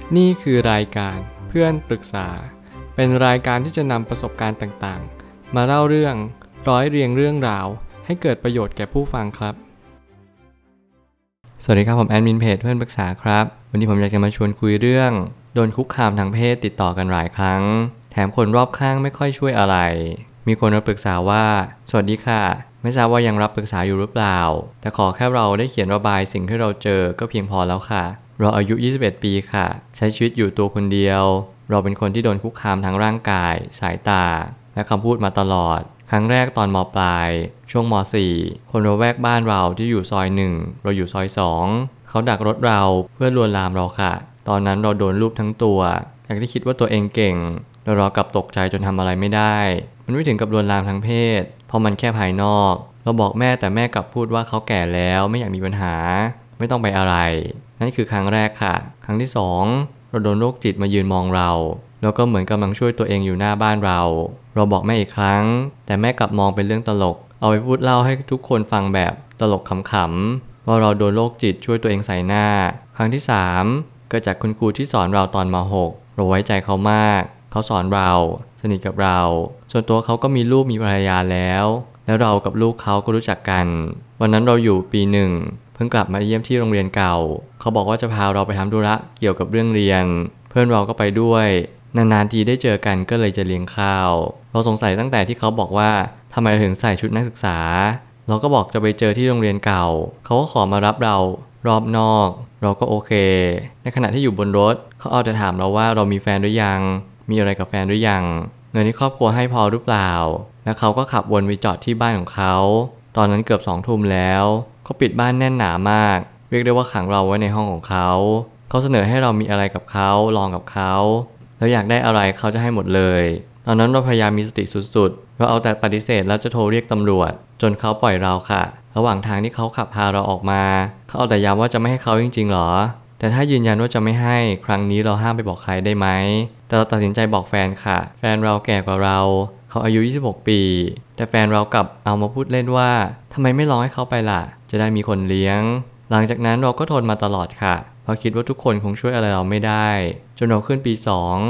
นี่คือรายการเพื่อนปรึกษาเป็นรายการที่จะนำประสบการณ์ต่างๆมาเล่าเรื่องร้อยเรียงเรื่องราวให้เกิดประโยชน์แก่ผู้ฟังครับสวัสดีครับผมแอดมินเพจเพื่อนปรึกษาครับวันนี้ผมอยากจะมาชวนคุยเรื่องโดนคุกคามทางเพศติดต่อกันหลายครั้งแถมคนรอบข้างไม่ค่อยช่วยอะไรมีคนมาปรึกษาว่าสวัสดีค่ะไม่ทราบว่ายังรับปรึกษาอยู่หรือเปล่าแต่ขอแค่เราได้เขียนระบายสิ่งที่เราเจอก็เพียงพอแล้วค่ะเราอายุ21ปีค่ะใช้ชีวิตอยู่ตัวคนเดียวเราเป็นคนที่โดนคุกคามทางร่างกายสายตาและคำพูดมาตลอดครั้งแรกตอนม.ปลายช่วงม.4 คนระแวกบ้านเราที่อยู่ซอย1เราอยู่ซอย2เขาดักรถเราเพื่อลวนลามเราค่ะตอนนั้นเราโดนลูบทั้งตัวจากที่คิดว่าตัวเองเก่งแล้วเรากลับตกใจจนทำอะไรไม่ได้มันไม่ถึงกับลวนลามทางเพศเพราะมันแค่ภายนอกเราบอกแม่แต่แม่กลับพูดว่าเขาแก่แล้วไม่อยากมีปัญหาไม่ต้องไปอะไรนั่นคือครั้งแรกค่ะครั้งที่2เราโดนโรคจิตมายืนมองเราแล้วก็เหมือนกำลังช่วยตัวเองอยู่หน้าบ้านเราบอกแม่อีกครั้งแต่แม่กลับมองเป็นเรื่องตลกเอาไปพูดเล่าให้ทุกคนฟังแบบตลกขำๆว่าเราโดนโรคจิตช่วยตัวเองใส่หน้าครั้งที่3ก็จากคุณครูที่สอนเราตอนม.6เราไว้ใจเขามากเขาสอนเราสนิทกับเราส่วนตัวเขาก็มีลูกมีภรรยาแล้วเรากับลูกเขาก็รู้จักกันวันนั้นเราอยู่ปี1เพิ่งกลับมาเยี่ยมที่โรงเรียนเก่าเขาบอกว่าจะพาเราไปทำธุระเกี่ยวกับเรื่องเรียนเพื่อนเราก็ไปด้วยนานๆทีได้เจอกันก็เลยจะเลี้ยงข้าวเราสงสัยตั้งแต่ที่เขาบอกว่าทำไมถึงใส่ชุดนักศึกษาเราก็บอกจะไปเจอที่โรงเรียนเก่าเขาก็ขอมารับเรารอบนอกเราก็โอเคในขณะที่อยู่บนรถเขาเอาแต่ถามเราว่าเรามีแฟนหรือยังมีอะไรกับแฟนหรือยังเงินที่ครอบครัวให้พอหรือเปล่าแล้วเขาก็ขับวนไปจอดที่บ้านของเขาตอนนั้นเกือบ20:00 นแล้วเขาปิดบ้านแน่นหนามากเรียกได้ว่าขังเราไว้ในห้องของเขาเสนอให้เรามีอะไรกับเขาลองกับเขาแล้วอยากได้อะไรเขาจะให้หมดเลยตอนนั้นเราพยายามมีสติสุดๆเราเอาแต่ปฏิเสธแล้วจะโทรเรียกตำรวจจนเขาปล่อยเราค่ะระหว่างทางที่เขาขับพาเราออกมาเขาเอาแต่ย้ำว่าจะไม่ให้เขาจริงๆหรอแต่ถ้ายืนยันว่าจะไม่ให้ครั้งนี้เราห้ามไปบอกใครได้ไหมแต่เราตัดสินใจบอกแฟนค่ะแฟนเราแก่กว่าเราเขาอายุ26ปีแต่แฟนเรากลับเอามาพูดเล่นว่าทำไมไม่ลองให้เขาไปล่ะจะได้มีคนเลี้ยงหลังจากนั้นเราก็ทนมาตลอดค่ะเพราะคิดว่าทุกคนคงช่วยอะไรเราไม่ได้จนเราขึ้นปี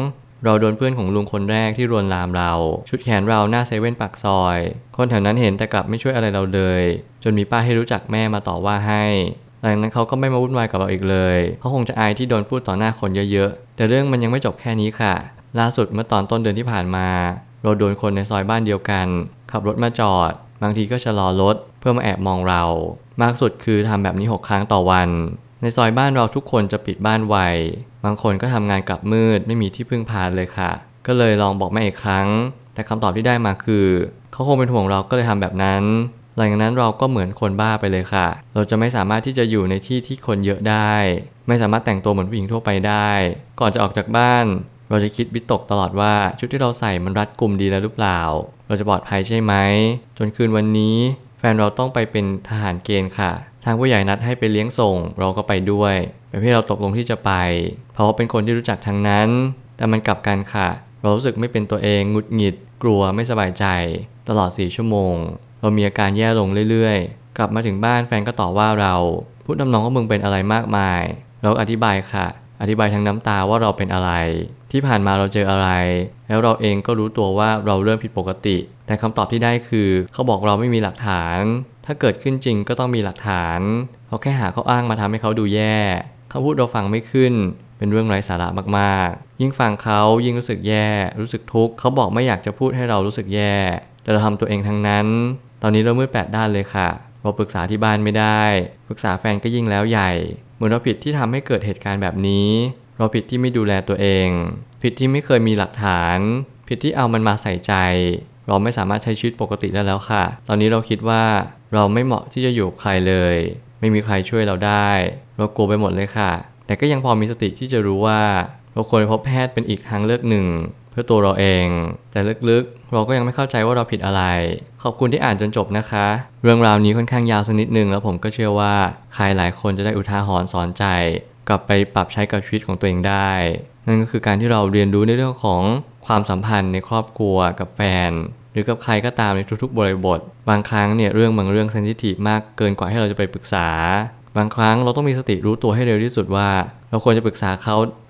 2เราโดนเพื่อนของลุงคนแรกที่ลวนลามเราชุดแขนเราหน้าเซเว่นปากซอยคนแถวนั้นเห็นแต่กลับไม่ช่วยอะไรเราเลยจนมีป้าให้รู้จักแม่มาต่อว่าให้หลังนั้นเขาก็ไม่มาวุ่นวายกับเราอีกเลยเขาคงจะอายที่โดนพูดต่อหน้าคนเยอะๆแต่เรื่องมันยังไม่จบแค่นี้ค่ะล่าสุดเมื่อตอนต้นเดือนที่ผ่านมาเราโดนคนในซอยบ้านเดียวกันขับรถมาจอดบางทีก็ชะลอรถเพื่อมาแอบมองเรามากสุดคือทำแบบนี้6 ครั้งต่อวันในซอยบ้านเราทุกคนจะปิดบ้านไวบางคนก็ทำงานกลับมืดไม่มีที่พึ่งพาเลยค่ะก็เลยลองบอกแม่อีกครั้งแต่คำตอบที่ได้มาคือเขาคงเป็นห่วงเราก็เลยทำแบบนั้นหลังจากนั้นเราก็เหมือนคนบ้าไปเลยค่ะเราจะไม่สามารถที่จะอยู่ในที่ที่คนเยอะได้ไม่สามารถแต่งตัวเหมือนผู้หญิงทั่วไปได้ก่อนจะออกจากบ้านเราจะคิดวิตกตลอดว่าชุดที่เราใส่มันรัดกุมดีแล้วหรือเปล่าเราจะปลอดภัยใช่ไหมจนคืนวันนี้แฟนเราต้องไปเป็นทหารเกณฑ์ค่ะทางผู้ใหญ่นัดให้ไปเลี้ยงส่งเราก็ไปด้วยแต่ที่เราตกลงที่จะไปเพราะว่าเป็นคนที่รู้จักทั้งนั้นแต่มันกลับกันค่ะเรารู้สึกไม่เป็นตัวเองหงุดหงิดกลัวไม่สบายใจตลอด4 ชั่วโมงเรามีอาการแย่ลงเรื่อยๆกลับมาถึงบ้านแฟนก็ต่อว่าเราพูดทำนองว่ามึงเป็นอะไรมากมายเราอธิบายค่ะอธิบายทั้งน้ำตาว่าเราเป็นอะไรที่ผ่านมาเราเจออะไรแล้วเราเองก็รู้ตัวว่าเราเริ่มผิดปกติแต่คำตอบที่ได้คือเขาบอกเราไม่มีหลักฐานถ้าเกิดขึ้นจริงก็ต้องมีหลักฐานเขาแค่หาข้ออ้างมาทำให้เขาดูแย่เขาพูดเราฟังไม่ขึ้นเป็นเรื่องไร้สาระมากๆยิ่งฟังเขายิ่งรู้สึกแย่รู้สึกทุกข์เขาบอกไม่อยากจะพูดให้เรารู้สึกแย่แต่เราทำตัวเองทั้งนั้นตอนนี้เรามืด8 ด้านเลยค่ะเราปรึกษาที่บ้านไม่ได้ปรึกษาแฟนก็ยิ่งแล้วใหญ่เหมือนเราผิดที่ทำให้เกิดเหตุการณ์แบบนี้เราผิดที่ไม่ดูแลตัวเองผิดที่ไม่เคยมีหลักฐานผิดที่เอามันมาใส่ใจเราไม่สามารถใช้ชีวิตปกติได้แล้วค่ะตอนนี้เราคิดว่าเราไม่เหมาะที่จะอยู่กับใครเลยไม่มีใครช่วยเราได้เรากลัวไปหมดเลยค่ะแต่ก็ยังพอมีสติที่จะรู้ว่าเราควรพบแพทย์เป็นอีกทางเลือกหนึ่งเพื่อตัวเราเองแต่ลึกๆเราก็ยังไม่เข้าใจว่าเราผิดอะไรขอบคุณที่อ่านจนจบนะคะเรื่องราวนี้ค่อนข้างยาวสักนิดนึงแล้วผมก็เชื่อว่าใครหลายคนจะได้อุทาหรณ์สอนใจกลับไปปรับใช้กับชีวิตของตัวเองได้นั่นก็คือการที่เราเรียนรู้ในเรื่องของความสัมพันธ์ในครอบครัวกับแฟนหรือกับใครก็ตามในทุกๆบริบทบางครั้งเนี่ยบางเรื่องเซนซิทีฟมากเกินกว่าให้เราจะไปปรึกษาบางครั้งเราต้องมีสติรู้ตัวให้เร็วที่สุดว่าเราควรจะปรึกษาเขา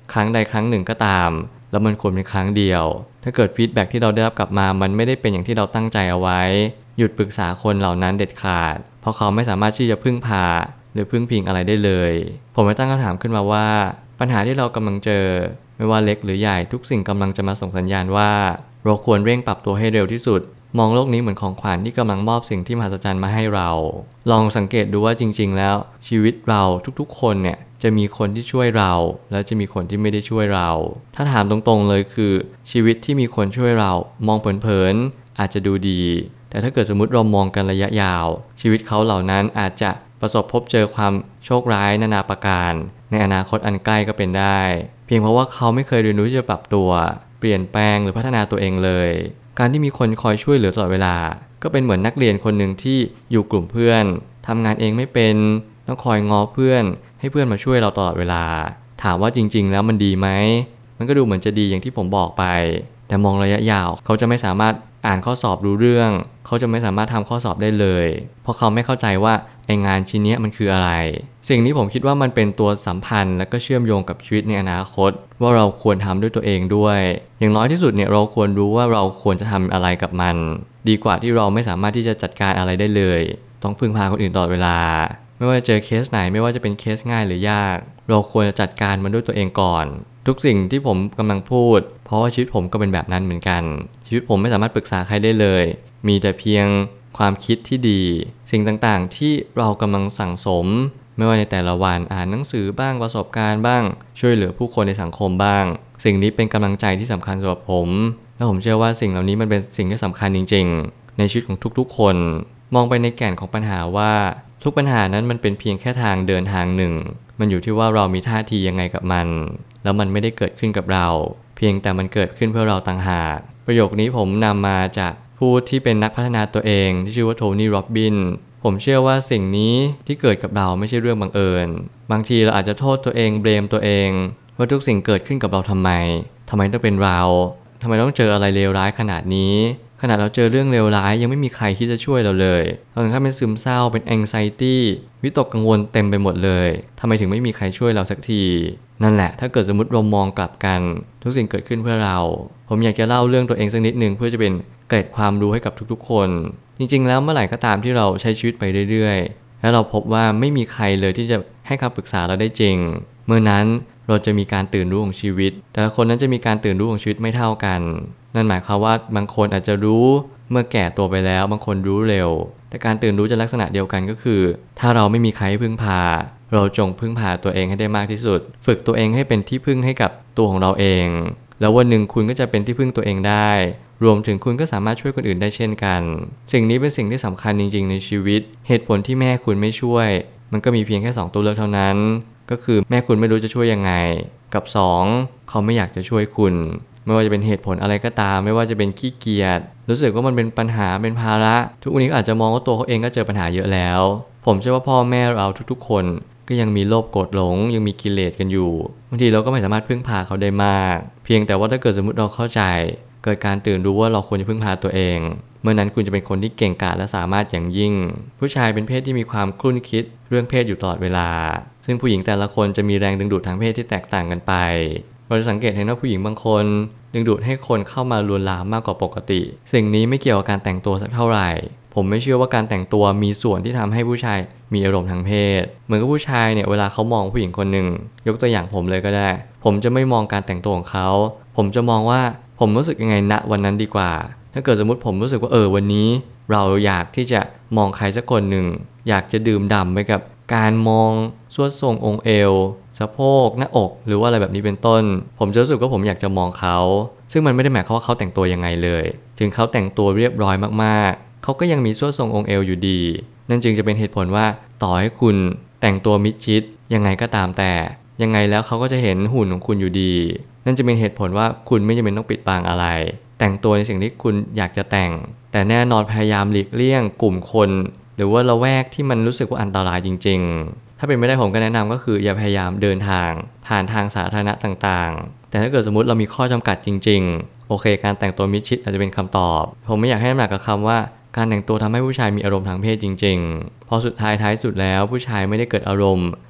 ครั้งใดครั้งหนึ่งก็ตามแล้วมันควรเป็นครั้งเดียวถ้าเกิดฟีดแบ็กที่เราได้รับกลับมามันไม่ได้เป็นอย่างที่เราตั้งใจเอาไว้หยุดปรึกษาคนเหล่านั้นเด็ดขาดเพราะเขาไม่สามารถที่จะพึ่งพาหรือพึ่งพิงอะไรได้เลยผมเลยตั้งคำถามขึ้นมาว่าปัญหาที่เรากำลังเจอไม่ว่าเล็กหรือใหญ่ทุกสิ่งกำลังจะมาส่งสัญญาณว่าเราควรเร่งปรับตัวให้เร็วที่สุดมองโลกนี้เหมือนของขวัญที่กำลังมอบสิ่งที่มหัศจรรย์มาให้เราลองสังเกตดูว่าจริงๆแล้วชีวิตเราทุกๆคนเนี่ยจะมีคนที่ช่วยเราและจะมีคนที่ไม่ได้ช่วยเราถ้าถามตรงๆเลยคือชีวิตที่มีคนช่วยเรามองเผินๆอาจจะดูดีแต่ถ้าเกิดสมมุติเรามองกันระยะยาวชีวิตเขาเหล่านั้นอาจจะประสบพบเจอความโชคร้ายนานาประการในอนาคตอันใกล้ก็เป็นได้เพียงเพราะว่าเขาไม่เคยเรียนรู้ที่จะปรับตัวเปลี่ยนแปลงหรือพัฒนาตัวเองเลยการที่มีคนคอยช่วยเหลือตลอดเวลาก็เป็นเหมือนนักเรียนคนหนึ่งที่อยู่กลุ่มเพื่อนทำงานเองไม่เป็นต้องคอยง้อเพื่อนให้เพื่อนมาช่วยเราตลอดเวลาถามว่าจริงๆแล้วมันดีไหมมันก็ดูเหมือนจะดีอย่างที่ผมบอกไปแต่มองระยะยาวเขาจะไม่สามารถอ่านข้อสอบรู้เรื่องเขาจะไม่สามารถทำข้อสอบได้เลยเพราะเขาไม่เข้าใจว่าไองานชิ้นนี้มันคืออะไรสิ่งนี้ผมคิดว่ามันเป็นตัวสัมพันธ์และก็เชื่อมโยงกับชีวิตในอนาคตว่าเราควรทำด้วยตัวเองด้วยอย่างน้อยที่สุดเนี่ยเราควรรู้ว่าเราควรจะทำอะไรกับมันดีกว่าที่เราไม่สามารถที่จะจัดการอะไรได้เลยต้องพึ่งพาคนอื่นตลอดเวลาไม่ว่าจะเจอเคสไหนไม่ว่าจะเป็นเคสง่ายหรือยากเราควรจะจัดการมันด้วยตัวเองก่อนทุกสิ่งที่ผมกำลังพูดเพราะว่าชีวิตผมก็เป็นแบบนั้นเหมือนกันชีวิตผมไม่สามารถปรึกษาใครได้เลยมีแต่เพียงความคิดที่ดีสิ่งต่างๆที่เรากำลังสั่งสมไม่ว่าในแต่ละวันอ่านหนังสือบ้างประสบการณ์บ้างช่วยเหลือผู้คนในสังคมบ้างสิ่งนี้เป็นกำลังใจที่สำคัญสำหรับผมและผมเชื่อว่าสิ่งเหล่านี้มันเป็นสิ่งที่สำคัญจริงๆในชีวิตของทุกๆคนมองไปในแก่นของปัญหาว่าทุกปัญหานั้นมันเป็นเพียงแค่ทางเดินทางหนึ่งมันอยู่ที่ว่าเรามีท่าทียังไงกับมันแล้วมันไม่ได้เกิดขึ้นกับเราเพียงแต่มันเกิดขึ้นเพื่อเราต่างหากประโยคนี้ผมนำมาจากผู้ที่เป็นนักพัฒนาตัวเองที่ชื่อว่าโทนี่โรบบินผมเชื่อว่าสิ่งนี้ที่เกิดกับเราไม่ใช่เรื่องบังเอิญบางทีเราอาจจะโทษตัวเองเบลมตัวเองว่าทุกสิ่งเกิดขึ้นกับเราทำไมต้องเป็นเราทำไมต้องเจออะไรเลวร้ายขนาดนี้ขนาดเราเจอเรื่องเลวร้ายยังไม่มีใครที่จะช่วยเราเลยเราถึงขั้นเป็นซึมเศร้าเป็น anxiety วิตกกังวลเต็มไปหมดเลยทำไมถึงไม่มีใครช่วยเราสักทีนั่นแหละถ้าเกิดสมมติเรามองกลับกันทุกสิ่งเกิดขึ้นเพื่อเราผมอยากจะเล่าเรื่องตัวเองสักนิดนึงเพื่อจะเป็นเกร็ดความรู้ให้กับทุกๆคนจริงๆแล้วเมื่อไหร่ก็ตามที่เราใช้ชีวิตไปเรื่อยๆแล้วเราพบว่าไม่มีใครเลยที่จะให้คำปรึกษาเราได้จริงเมื่อนั้นเราจะมีการตื่นรู้ของชีวิตแต่ละคนนั้นจะมีการตื่นรู้ของชีวิตไม่เท่ากันนั่นหมายความว่าบางคนอาจจะรู้เมื่อแก่ตัวไปแล้วบางคนรู้เร็วแต่การตื่นรู้จะลักษณะเดียวกันก็คือถ้าเราไม่มีใครพึ่งพาเราจงพึ่งพาตัวเองให้ได้มากที่สุดฝึกตัวเองให้เป็นที่พึ่งให้กับตัวของเราเองแล้ววันหนึ่งคุณก็จะเป็นที่พึ่งตัวเองได้รวมถึงคุณก็สามารถช่วยคนอื่นได้เช่นกันสิ่งนี้เป็นสิ่งที่สำคัญจริงๆในชีวิตเหตุผลที่แม่คุณไม่ช่วยมันก็มีเพียงแค่2ตัวเลือกเท่านั้นก็คือแม่คุณไม่รู้จะช่วยยังไงกับ2เขาไม่อยากจะช่วยคุณไม่ว่าจะเป็นเหตุผลอะไรก็ตามไม่ว่าจะเป็นขี้เกียจรู้สึกว่ามันเป็นปัญหาเป็นภาระทุกวันนี้ก็อาจจะมองว่าตัวเขาเองก็เจอปัญหาเยอะแล้วผมเชื่อว่าพ่อแม่เราทุกๆคนก็ยังมีโลภโกรธหลงยังมีกิเลสกันอยู่บางทีเราก็ไม่สามารถพึ่งพาเขาได้มากเพียงแต่ว่าถ้าเกิดสมมติเราเข้าใจเกิดการตื่นรู้ว่าเราควรจะพึ่งพาตัวเองเมื่อนั้นคุณจะเป็นคนที่เก่งกาจและสามารถอย่างยิ่งผู้ชายเป็นเพศที่มีความคลุ่นคิดเรื่องเพศอยู่ตลอดเวลาซึ่งผู้หญิงแต่ละคนจะมีแรงดึงดูดทางเพศที่แตกต่างกันไปเราจะสังเกตเห็นว่าผู้หญิงบางคนดึงดูดให้คนเข้ามาลวนลามมากกว่าปกติสิ่งนี้ไม่เกี่ยวกับการแต่งตัวสักเท่าไหร่ผมไม่เชื่อว่าการแต่งตัวมีส่วนที่ทำให้ผู้ชายมีอารมณ์ทางเพศเหมือนกับผู้ชายเนี่ยเวลาเขามองผู้หญิงคนหนึ่งยกตัวอย่างผมเลยก็ได้ผมจะไม่มองการแต่งตัวของเขาผมจะมองว่าผมรู้สึกยังไงณวันนั้นดีกว่าถ้าเกิดสมมติผมรู้สึกว่าวันนี้เราอยากที่จะมองใครสักคนหนึ่งอยากจะดื่มด่ำไปกับการมองสวดทรงองค์เอวสะโพกหน้าอกหรือว่าอะไรแบบนี้เป็นต้นผมจะรู้สึกว่าผมอยากจะมองเขาซึ่งมันไม่ได้หมายความว่าเขาแต่งตัวยังไงเลยถึงเขาแต่งตัวเรียบร้อยมากๆเขาก็ยังมีสวดทรงองค์เอวอยู่ดีนั่นจึงจะเป็นเหตุผลว่าต่อให้คุณแต่งตัวมิดชิดยังไงก็ตามแต่ยังไงแล้วเขาก็จะเห็นหุ่นของคุณอยู่ดีนั่นจะเป็นเหตุผลว่าคุณไม่จำเป็นต้องปิดบังอะไรแต่งตัวในสิ่งที่คุณอยากจะแต่งแต่แน่นอนพยายามหลีกเลี่ยงกลุ่มคนหรือว่าละแวกที่มันรู้สึกว่าอันตรายจริงๆถ้าเป็นไม่ได้ผมก็แนะนำก็คืออย่าพยายามเดินทางผ่านทางสาธารณะต่างๆแต่ถ้าเกิดสมมติเรามีข้อจำกัดจริงๆโอเคการแต่งตัวมิดชิดอาจจะเป็นคำตอบผมไม่อยากให้น้ำหนักกับคำว่าการแต่งตัวทำให้ผู้ชายมีอารมณ์ทางเพศจริงๆเพราะสุดท้ายสุดแล้วผู้ชายไม่ได้เกิดอารมณ์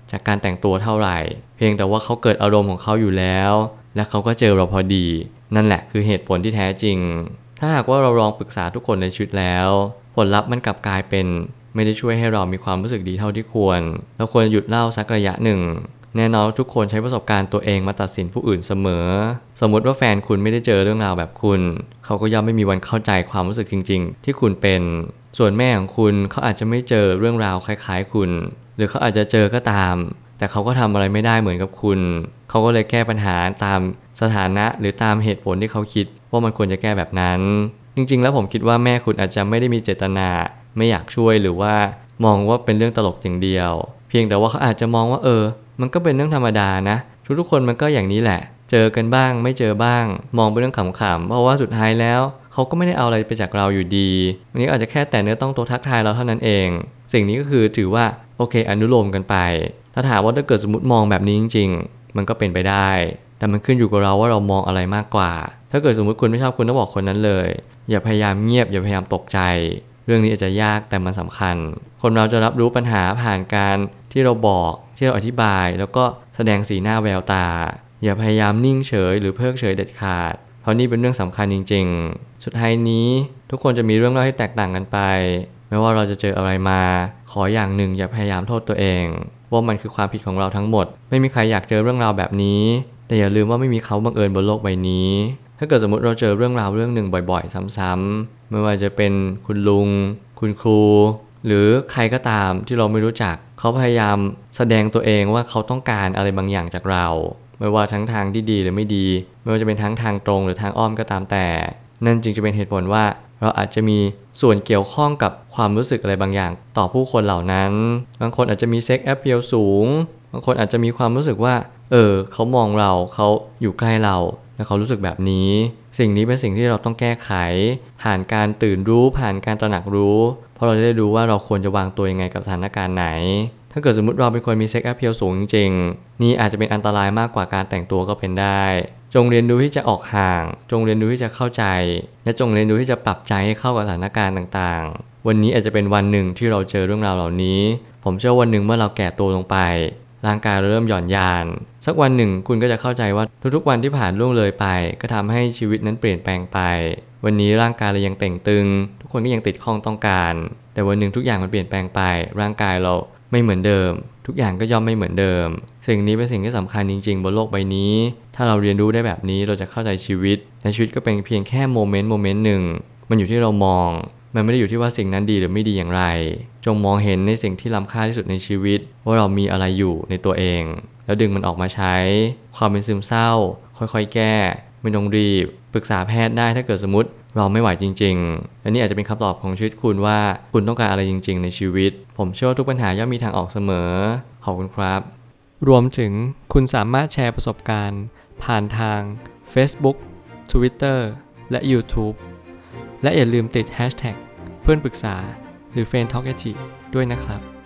จากการแต่งตัวเท่าไหร่เพียงแต่ว่าเขาเกิดอารมณ์ของเขาอยู่แล้วและเขาก็เจอเราพอดีนั่นแหละคือเหตุผลที่แท้จริงถ้าหากว่าเราลองปรึกษาทุกคนในชีวิตแล้วผลลัพธ์มันกลับกลายเป็นไม่ได้ช่วยให้เรามีความรู้สึกดีเท่าที่ควรเราควรหยุดเล่าสักระยะหนึ่งแน่นอนทุกคนใช้ประสบการณ์ตัวเองมาตัดสินผู้อื่นเสมอสมมติว่าแฟนคุณไม่ได้เจอเรื่องราวแบบคุณเขาก็ย่อมไม่มีวันเข้าใจความรู้สึกจริงๆที่คุณเป็นส่วนแม่ของคุณเขาอาจจะไม่เจอเรื่องราวคล้ายๆคุณหรือเขาอาจจะเจอก็ตามแต่เขาก็ทำอะไรไม่ได้เหมือนกับคุณเขาก็เลยแก้ปัญหาตามสถานะหรือตามเหตุผลที่เขาคิดว่ามันควรจะแก้แบบนั้นจริงๆแล้วผมคิดว่าแม่คุณอาจจะไม่ได้มีเจตนาไม่อยากช่วยหรือว่ามองว่าเป็นเรื่องตลกอย่างเดียวเพียงแต่ว่าเขาอาจจะมองว่ามันก็เป็นเรื่องธรรมดานะทุกๆคนมันก็อย่างนี้แหละเจอกันบ้างไม่เจอบ้างมองเป็นเรื่องขำๆเพราะว่าสุดท้ายแล้วเขาก็ไม่ได้เอาอะไรไปจากเราอยู่ดีวันนี้อาจจะแค่แต่เนื้อต้องตัวทักทายเราเท่านั้นเองสิ่งนี้ก็คือถือว่าโอเคอนุโลมกันไปถ้าถามว่าถ้าเกิดสมมติมองแบบนี้จริงๆมันก็เป็นไปได้แต่มันขึ้นอยู่กับเราว่าเรามองอะไรมากกว่าถ้าเกิดสมมติคุณไม่ชอบคุณต้องบอกคนนั้นเลยอย่าพยายามเงียบอย่าพยายามตกใจเรื่องนี้อาจจะยากแต่มันสำคัญคนเราจะรับรู้ปัญหาผ่านการที่เราบอกที่เราอธิบายแล้วก็แสดงสีหน้าแววตาอย่าพยายามนิ่งเฉยหรือเพิกเฉยเด็ดขาดเพราะนี่เป็นเรื่องสำคัญจริงๆสุดท้ายนี้ทุกคนจะมีเรื่องเล่าที่แตกต่างกันไปไม่ว่าเราจะเจออะไรมาขออย่างหนึ่งอย่าพยายามโทษตัวเองว่ามันคือความผิดของเราทั้งหมดไม่มีใครอยากเจอเรื่องราวแบบนี้แต่อย่าลืมว่าไม่มีเขาบังเอิญบนโลกใบนี้ถ้าเกิดสมมติเราเจอเรื่องราวเรื่องหนึ่งบ่อยๆซ้ำๆไม่ว่าจะเป็นคุณลุงคุณครูหรือใครก็ตามที่เราไม่รู้จักเขาพยายามแสดงตัวเองว่าเขาต้องการอะไรบางอย่างจากเราไม่ว่าทั้งทางที่ดีหรือไม่ดีไม่ว่าจะเป็นทั้งทางตรงหรือทางอ้อมก็ตามแต่นั่นจึงจะเป็นเหตุผลว่าเราอาจจะมีส่วนเกี่ยวข้องกับความรู้สึกอะไรบางอย่างต่อผู้คนเหล่านั้นบางคนอาจจะมีเซ็กแอพเพียลสูงบางคนอาจจะมีความรู้สึกว่าเขามองเราเขาอยู่ใกล้เราและเขารู้สึกแบบนี้สิ่งนี้เป็นสิ่งที่เราต้องแก้ไขผ่านการตื่นรู้ผ่านการตระหนักรู้เพราะเราจะได้รู้ว่าเราควรจะวางตัวยังไงกับสถานการณ์ไหนถ้าเกิดสมมติเราเป็นคนมีเซ็กแอพเพียลสูงจริงๆนี่อาจจะเป็นอันตรายมากกว่าการแต่งตัวก็เป็นได้จงเรียนรู้ที่จะออกห่างจงเรียนรู้ที่จะเข้าใจและจงเรียนรู้ที่จะปรับใจให้เข้ากับสถานการณ์ต่างๆวันนี้อาจจะเป็นวันหนึ่งที่เราเจอเรื่องราวเหล่านี้ผมเชื่อวันหนึ่งเมื่อเราแก่ตัวลงไปร่างกายเริ่มหย่อนยานสักวันหนึ่งคุณก็จะเข้าใจว่าทุกๆวันที่ผ่านล่วงเลยไปก็ทำให้ชีวิตนั้นเปลี่ยนแปลงไปวันนี้ร่างกายเรายังเต่งตึงทุกคนก็ยังติดข้องต้องการแต่วันหนึ่งทุกอย่างมันเปลี่ยนแปลงไปร่างกายเราไม่เหมือนเดิมทุกอย่างก็ย่อมไม่เหมือนเดิมสิ่งนี้เป็นสิ่งที่สำคัญจริงๆบนโลกใบนี้ถ้าเราเรียนรู้ได้แบบนี้เราจะเข้าใจชีวิตและชีวิตก็เป็นเพียงแค่โมเมนต์หนึ่งมันอยู่ที่เรามองมันไม่ได้อยู่ที่ว่าสิ่งนั้นดีหรือไม่ดีอย่างไรจงมองเห็นในสิ่งที่ล้ำค่าที่สุดในชีวิตว่าเรามีอะไรอยู่ในตัวเองแล้วดึงมันออกมาใช้ความเป็นซึมเศร้าค่อยๆแก้ไม่ต้องรีบปรึกษาแพทย์ได้ถ้าเกิดสมมติเราไม่ไหวจริงๆอันนี้อาจจะเป็นคำตอบของชีวิตคุณว่าคุณต้องการอะไรจริงๆในชีวิตผมเชื่อว่าทุกปัญหาย่อมมีทางออกเสมอขอบคุณครับรวมถึงคุณสามารถแชร์ประสบการณ์ผ่านทาง Facebook Twitter และ YouTube และอย่าลืมติด Hashtag เพื่อนปรึกษาหรือ Friend Talk ด้วยนะครับ